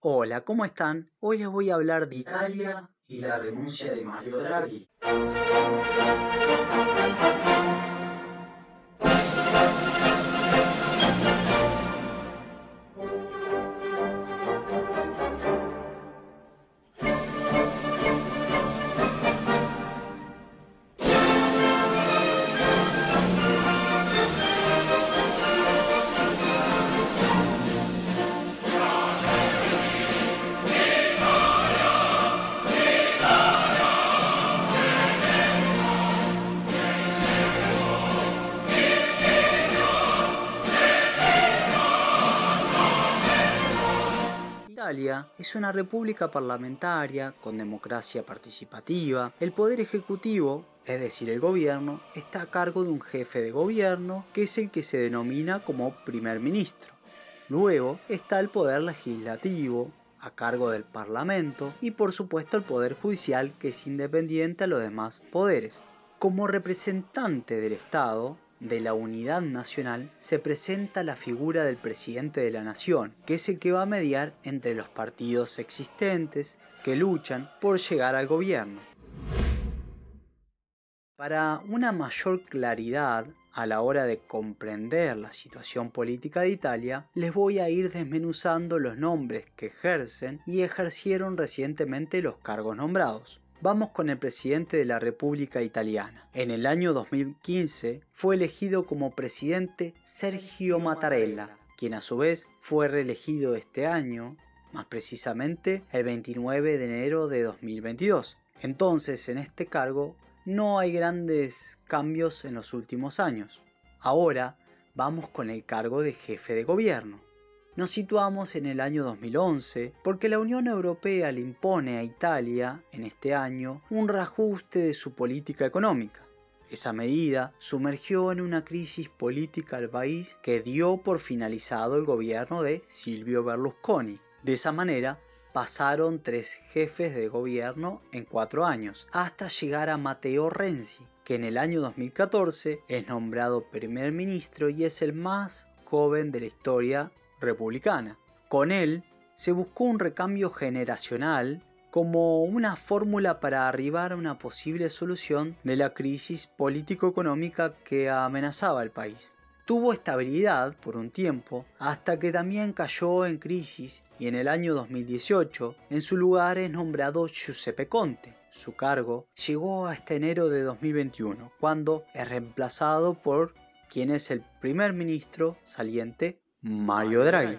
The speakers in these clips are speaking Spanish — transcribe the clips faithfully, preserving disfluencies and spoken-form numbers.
Hola, ¿cómo están? Hoy les voy a hablar de Italia y la renuncia de Mario Draghi. Italia es una república parlamentaria con democracia participativa. El poder ejecutivo, es decir, el gobierno, está a cargo de un jefe de gobierno que es el que se denomina como primer ministro. Luego está el poder legislativo, a cargo del Parlamento, y por supuesto el poder judicial, que es independiente a los demás poderes. Como representante del Estado, de la unidad nacional, se presenta la figura del presidente de la nación, que es el que va a mediar entre los partidos existentes que luchan por llegar al gobierno. Para una mayor claridad a la hora de comprender la situación política de Italia, les voy a ir desmenuzando los nombres que ejercen y ejercieron recientemente los cargos nombrados. Vamos con el presidente de la República Italiana. En el año dos mil quince fue elegido como presidente Sergio Mattarella, quien a su vez fue reelegido este año, más precisamente el veintinueve de enero de dos mil veintidós. Entonces, en este cargo no hay grandes cambios en los últimos años. Ahora vamos con el cargo de jefe de gobierno. Nos situamos en el año dos mil once porque la Unión Europea le impone a Italia en este año un reajuste de su política económica. Esa medida sumergió en una crisis política al país que dio por finalizado el gobierno de Silvio Berlusconi. De esa manera pasaron tres jefes de gobierno en cuatro años, hasta llegar a Matteo Renzi, que en el año dos mil catorce es nombrado primer ministro y es el más joven de la historia republicana. Con él se buscó un recambio generacional como una fórmula para arribar a una posible solución de la crisis político-económica que amenazaba al país. Tuvo estabilidad por un tiempo, hasta que también cayó en crisis y en el año dos mil dieciocho en su lugar es nombrado Giuseppe Conte. Su cargo llegó hasta enero de dos mil veintiuno, cuando es reemplazado por quien es el primer ministro saliente, Mario Draghi.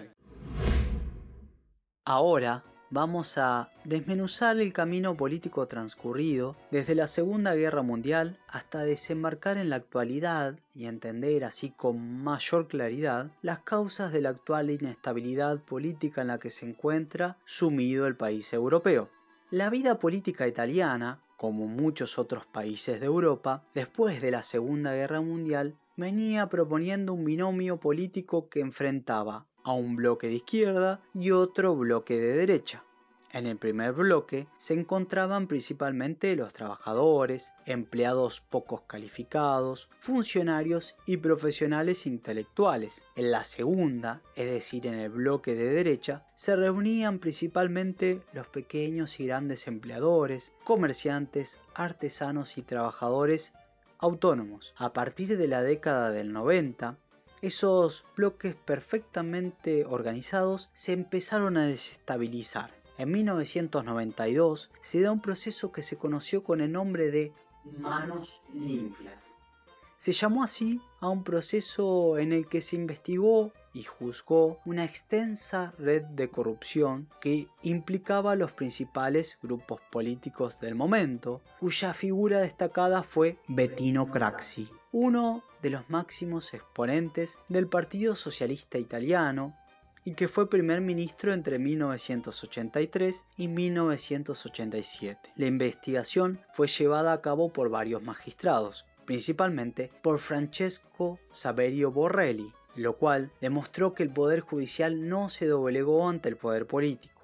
Ahora vamos a desmenuzar el camino político transcurrido desde la Segunda Guerra Mundial hasta desembarcar en la actualidad y entender así con mayor claridad las causas de la actual inestabilidad política en la que se encuentra sumido el país europeo. La vida política italiana, como muchos otros países de Europa, después de la Segunda Guerra Mundial, venía proponiendo un binomio político que enfrentaba a un bloque de izquierda y otro bloque de derecha. En el primer bloque se encontraban principalmente los trabajadores, empleados pocos calificados, funcionarios y profesionales intelectuales. En la segunda, es decir, en el bloque de derecha, se reunían principalmente los pequeños y grandes empleadores, comerciantes, artesanos y trabajadores autónomos. A partir de la década del noventa, esos bloques perfectamente organizados se empezaron a desestabilizar. En mil novecientos noventa y dos se da un proceso que se conoció con el nombre de Manos Limpias. Se llamó así a un proceso en el que se investigó y juzgó una extensa red de corrupción que implicaba a los principales grupos políticos del momento, cuya figura destacada fue Bettino Craxi, uno de los máximos exponentes del Partido Socialista Italiano y que fue primer ministro entre mil novecientos ochenta y tres y mil novecientos ochenta y siete. La investigación fue llevada a cabo por varios magistrados, principalmente por Francesco Saverio Borrelli, lo cual demostró que el poder judicial no se doblegó ante el poder político.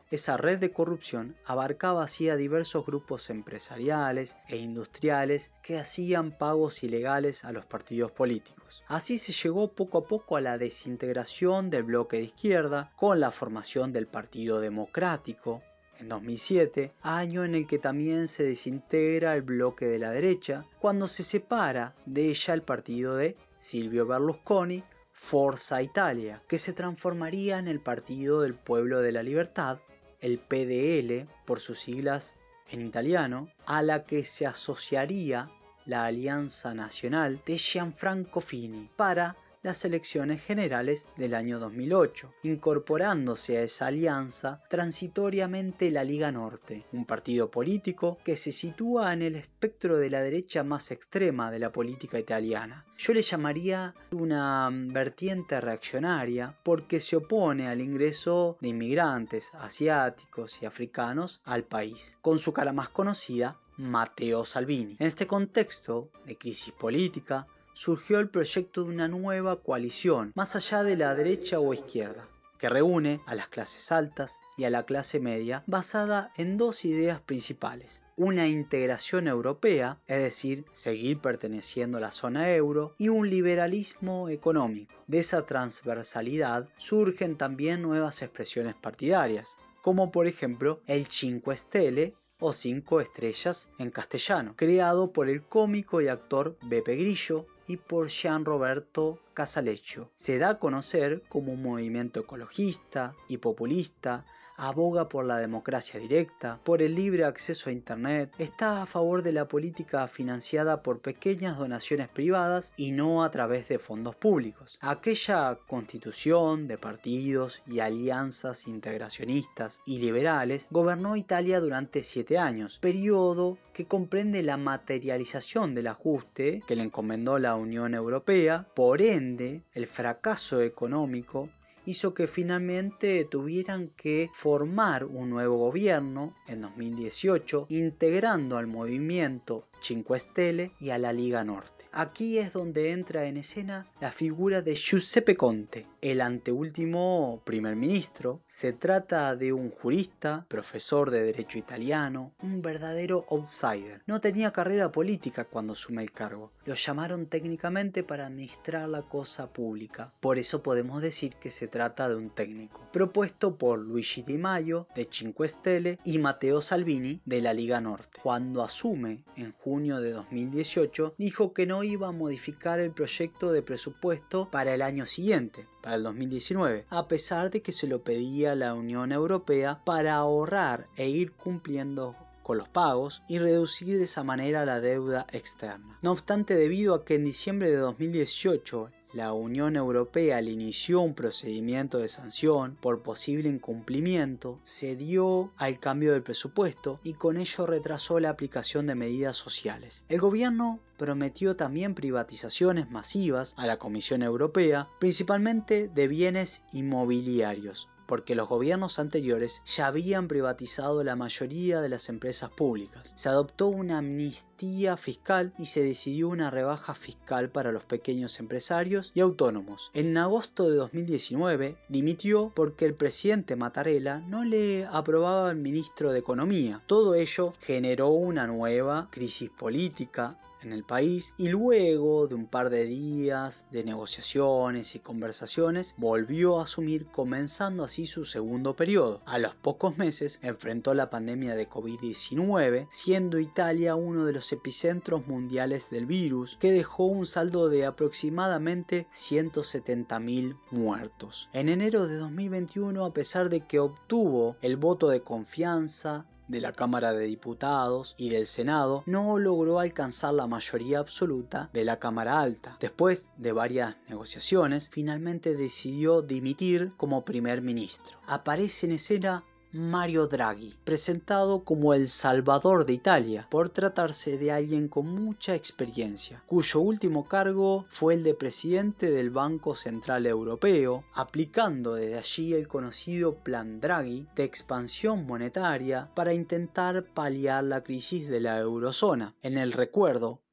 esa red de corrupción abarcaba así a diversos grupos empresariales e industriales que hacían pagos ilegales a los partidos políticos. Así se llegó poco a poco a la desintegración del bloque de izquierda con la formación del Partido Democrático en dos mil siete, año en el que también se desintegra el bloque de la derecha, cuando se separa de ella el partido de Silvio Berlusconi, Forza Italia, que se transformaría en el Partido del Pueblo de la Libertad, el P D L por sus siglas en italiano, a la que se asociaría la Alianza Nacional de Gianfranco Fini para las elecciones generales del año dos mil ocho, incorporándose a esa alianza transitoriamente la Liga Norte, un partido político que se sitúa en el espectro de la derecha más extrema de la política italiana. Yo le llamaría una vertiente reaccionaria porque se opone al ingreso de inmigrantes asiáticos y africanos al país, con su cara más conocida, Matteo Salvini. En este contexto de crisis política, surgió el proyecto de una nueva coalición, más allá de la derecha o izquierda, que reúne a las clases altas y a la clase media basada en dos ideas principales. Una integración europea, es decir, seguir perteneciendo a la zona euro, y un liberalismo económico. De esa transversalidad surgen también nuevas expresiones partidarias, como por ejemplo el Cinque Stelle, o Cinco Estrellas en castellano, creado por el cómico y actor Beppe Grillo y por Gianroberto Casaleggio. Se da a conocer como un movimiento ecologista y populista, aboga por la democracia directa, por el libre acceso a Internet, está a favor de la política financiada por pequeñas donaciones privadas y no a través de fondos públicos. Aquella constitución de partidos y alianzas integracionistas y liberales gobernó Italia durante siete años, periodo que comprende la materialización del ajuste que le encomendó la Unión Europea. Por ende, el fracaso económico hizo que finalmente tuvieran que formar un nuevo gobierno en dos mil dieciocho, integrando al movimiento Cinque Stelle y a la Liga Norte. Aquí es donde entra en escena la figura de Giuseppe Conte, el anteúltimo primer ministro. Se trata de un jurista, profesor de derecho italiano, un verdadero outsider. No tenía carrera política cuando asume el cargo. Lo llamaron técnicamente para administrar la cosa pública. Por eso podemos decir que se trata de un técnico, propuesto por Luigi Di Maio de Cinque Stelle y Matteo Salvini de la Liga Norte. Cuando asume en junio de dos mil dieciocho, dijo que no iba a modificar el proyecto de presupuesto para el año siguiente, para el dos mil diecinueve, a pesar de que se lo pedía la Unión Europea para ahorrar e ir cumpliendo con los pagos y reducir de esa manera la deuda externa. No obstante, debido a que en diciembre de dos mil dieciocho la Unión Europea le inició un procedimiento de sanción por posible incumplimiento, se dio al cambio del presupuesto y con ello retrasó la aplicación de medidas sociales. El gobierno prometió también privatizaciones masivas a la Comisión Europea, principalmente de bienes inmobiliarios, porque los gobiernos anteriores ya habían privatizado la mayoría de las empresas públicas. Se adoptó una amnistía fiscal y se decidió una rebaja fiscal para los pequeños empresarios y autónomos. En agosto de dos mil diecinueve dimitió porque el presidente Mattarella no le aprobaba al ministro de Economía. Todo ello generó una nueva crisis política en el país y luego de un par de días de negociaciones y conversaciones volvió a asumir, comenzando así su segundo periodo. A los pocos meses enfrentó la pandemia de COVID diecinueve, siendo Italia uno de los epicentros mundiales del virus, que dejó un saldo de aproximadamente ciento setenta mil muertos. En enero de dos mil veintiuno, a pesar de que obtuvo el voto de confianza de la Cámara de Diputados y del Senado, no logró alcanzar la mayoría absoluta de la Cámara Alta. Después de varias negociaciones, finalmente decidió dimitir como primer ministro. Aparece en escena Mario Draghi, presentado como el Salvador de Italia, por tratarse de alguien con mucha experiencia, cuyo último cargo fue el de presidente del Banco Central Europeo, aplicando desde allí el conocido Plan Draghi de expansión monetaria para intentar paliar la crisis de la eurozona. En el recuerdo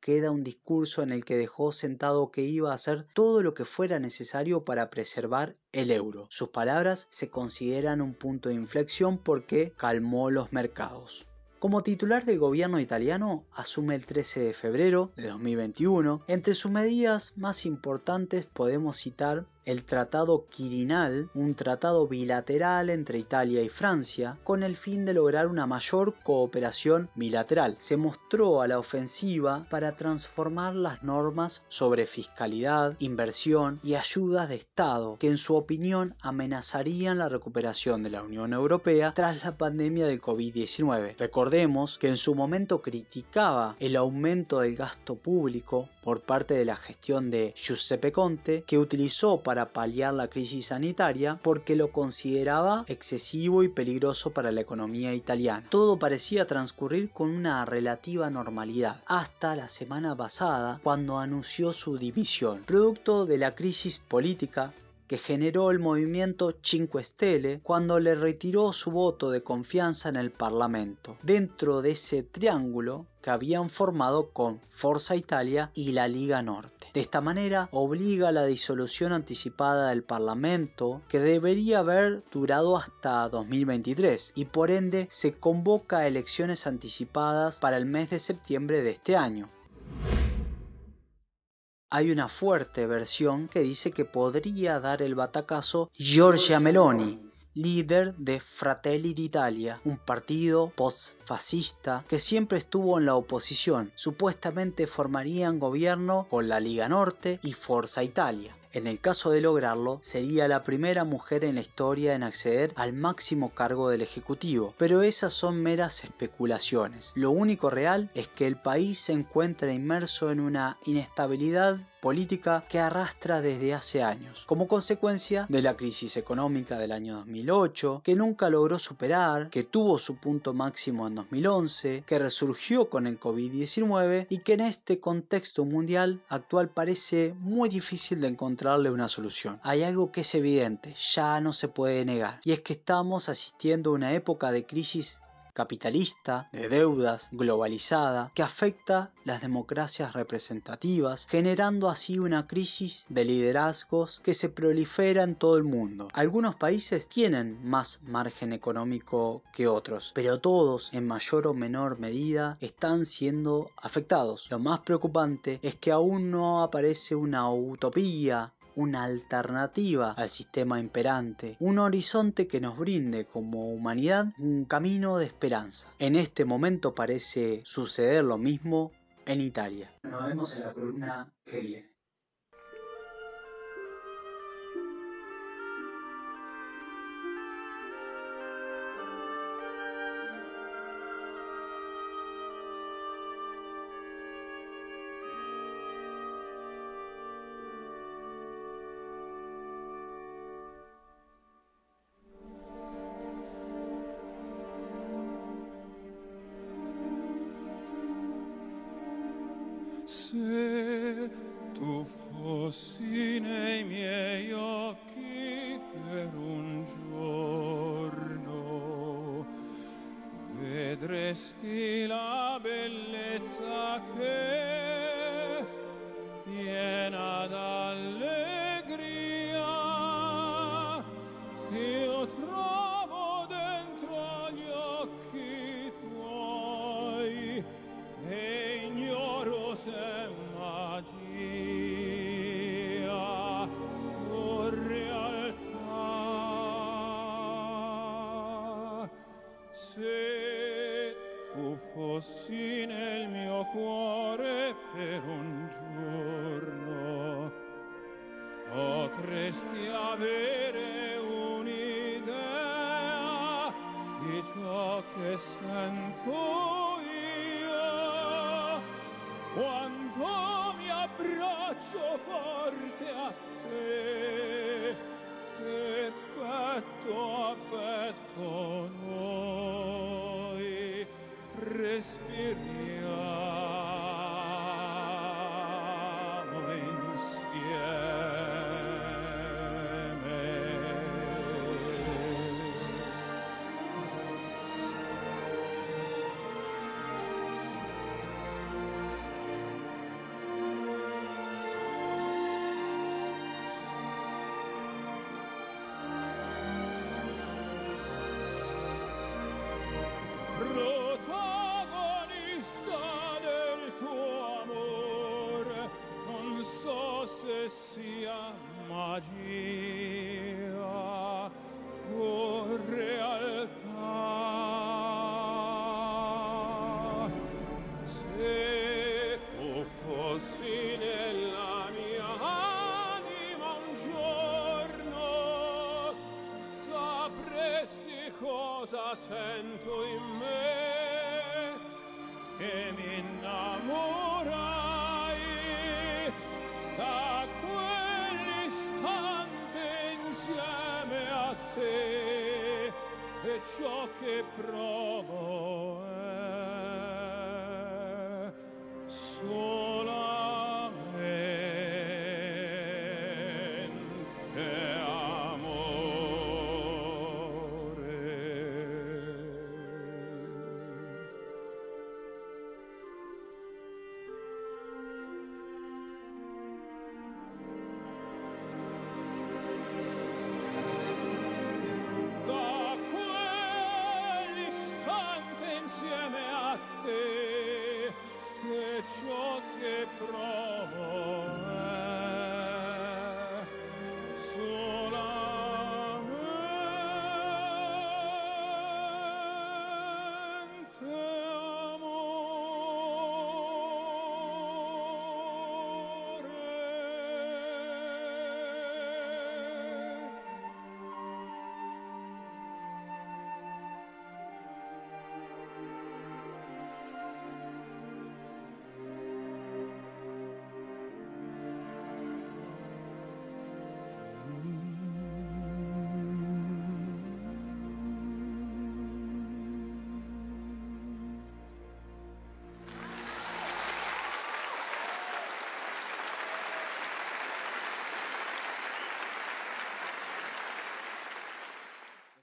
queda un discurso en el que dejó sentado que iba a hacer todo lo que fuera necesario para preservar el euro. Sus palabras se consideran un punto de inflexión porque calmó los mercados. Como titular del gobierno italiano, asume el trece de febrero de dos mil veintiuno. Entre sus medidas más importantes podemos citar el Tratado Quirinal, un tratado bilateral entre Italia y Francia, con el fin de lograr una mayor cooperación bilateral. Se mostró a la ofensiva para transformar las normas sobre fiscalidad, inversión y ayudas de Estado, que en su opinión amenazarían la recuperación de la Unión Europea tras la pandemia del COVID diecinueve. Recordemos que en su momento criticaba el aumento del gasto público por parte de la gestión de Giuseppe Conte, que utilizó para para paliar la crisis sanitaria porque lo consideraba excesivo y peligroso para la economía italiana. Todo parecía transcurrir con una relativa normalidad, hasta la semana pasada cuando anunció su dimisión, producto de la crisis política que generó el movimiento Cinque Stelle cuando le retiró su voto de confianza en el Parlamento, dentro de ese triángulo que habían formado con Forza Italia y la Liga Norte. De esta manera obliga a la disolución anticipada del Parlamento, que debería haber durado hasta dos mil veintitrés, y por ende se convoca a elecciones anticipadas para el mes de septiembre de este año. Hay una fuerte versión que dice que podría dar el batacazo Giorgia Meloni, líder de Fratelli d'Italia, un partido post-fascista que siempre estuvo en la oposición. Supuestamente formarían gobierno con la Liga Norte y Forza Italia. En el caso de lograrlo, sería la primera mujer en la historia en acceder al máximo cargo del Ejecutivo, pero esas son meras especulaciones. Lo único real es que el país se encuentra inmerso en una inestabilidad política que arrastra desde hace años, como consecuencia de la crisis económica del año dos mil ocho, que nunca logró superar, que tuvo su punto máximo en dos mil once, que resurgió con el COVID diecinueve y que en este contexto mundial actual parece muy difícil de encontrarle una solución. Hay algo que es evidente, ya no se puede negar, y es que estamos asistiendo a una época de crisis capitalista, de deudas, globalizada, que afecta las democracias representativas, generando así una crisis de liderazgos que se prolifera en todo el mundo. Algunos países tienen más margen económico que otros, pero todos, en mayor o menor medida, están siendo afectados. Lo más preocupante es que aún no aparece una utopía, una alternativa al sistema imperante, un horizonte que nos brinde como humanidad un camino de esperanza. En este momento parece suceder lo mismo en Italia. Nos vemos en la columna que viene. Se tu fossi nei miei occhi per un giorno, vedresti la bellezza che, piena d'allegria, io trovo dentro gli occhi tuoi, e ignoro se magia o realtà. Se tu fossi nel mio cuore per un giorno, potresti avere un'idea di ciò che sento io quando mi abbraccio forte a te e petto a petto noi respiriamo insieme. cosa sento in me, che mi innamorai da quell'istante insieme a te, e ciò che provo è solo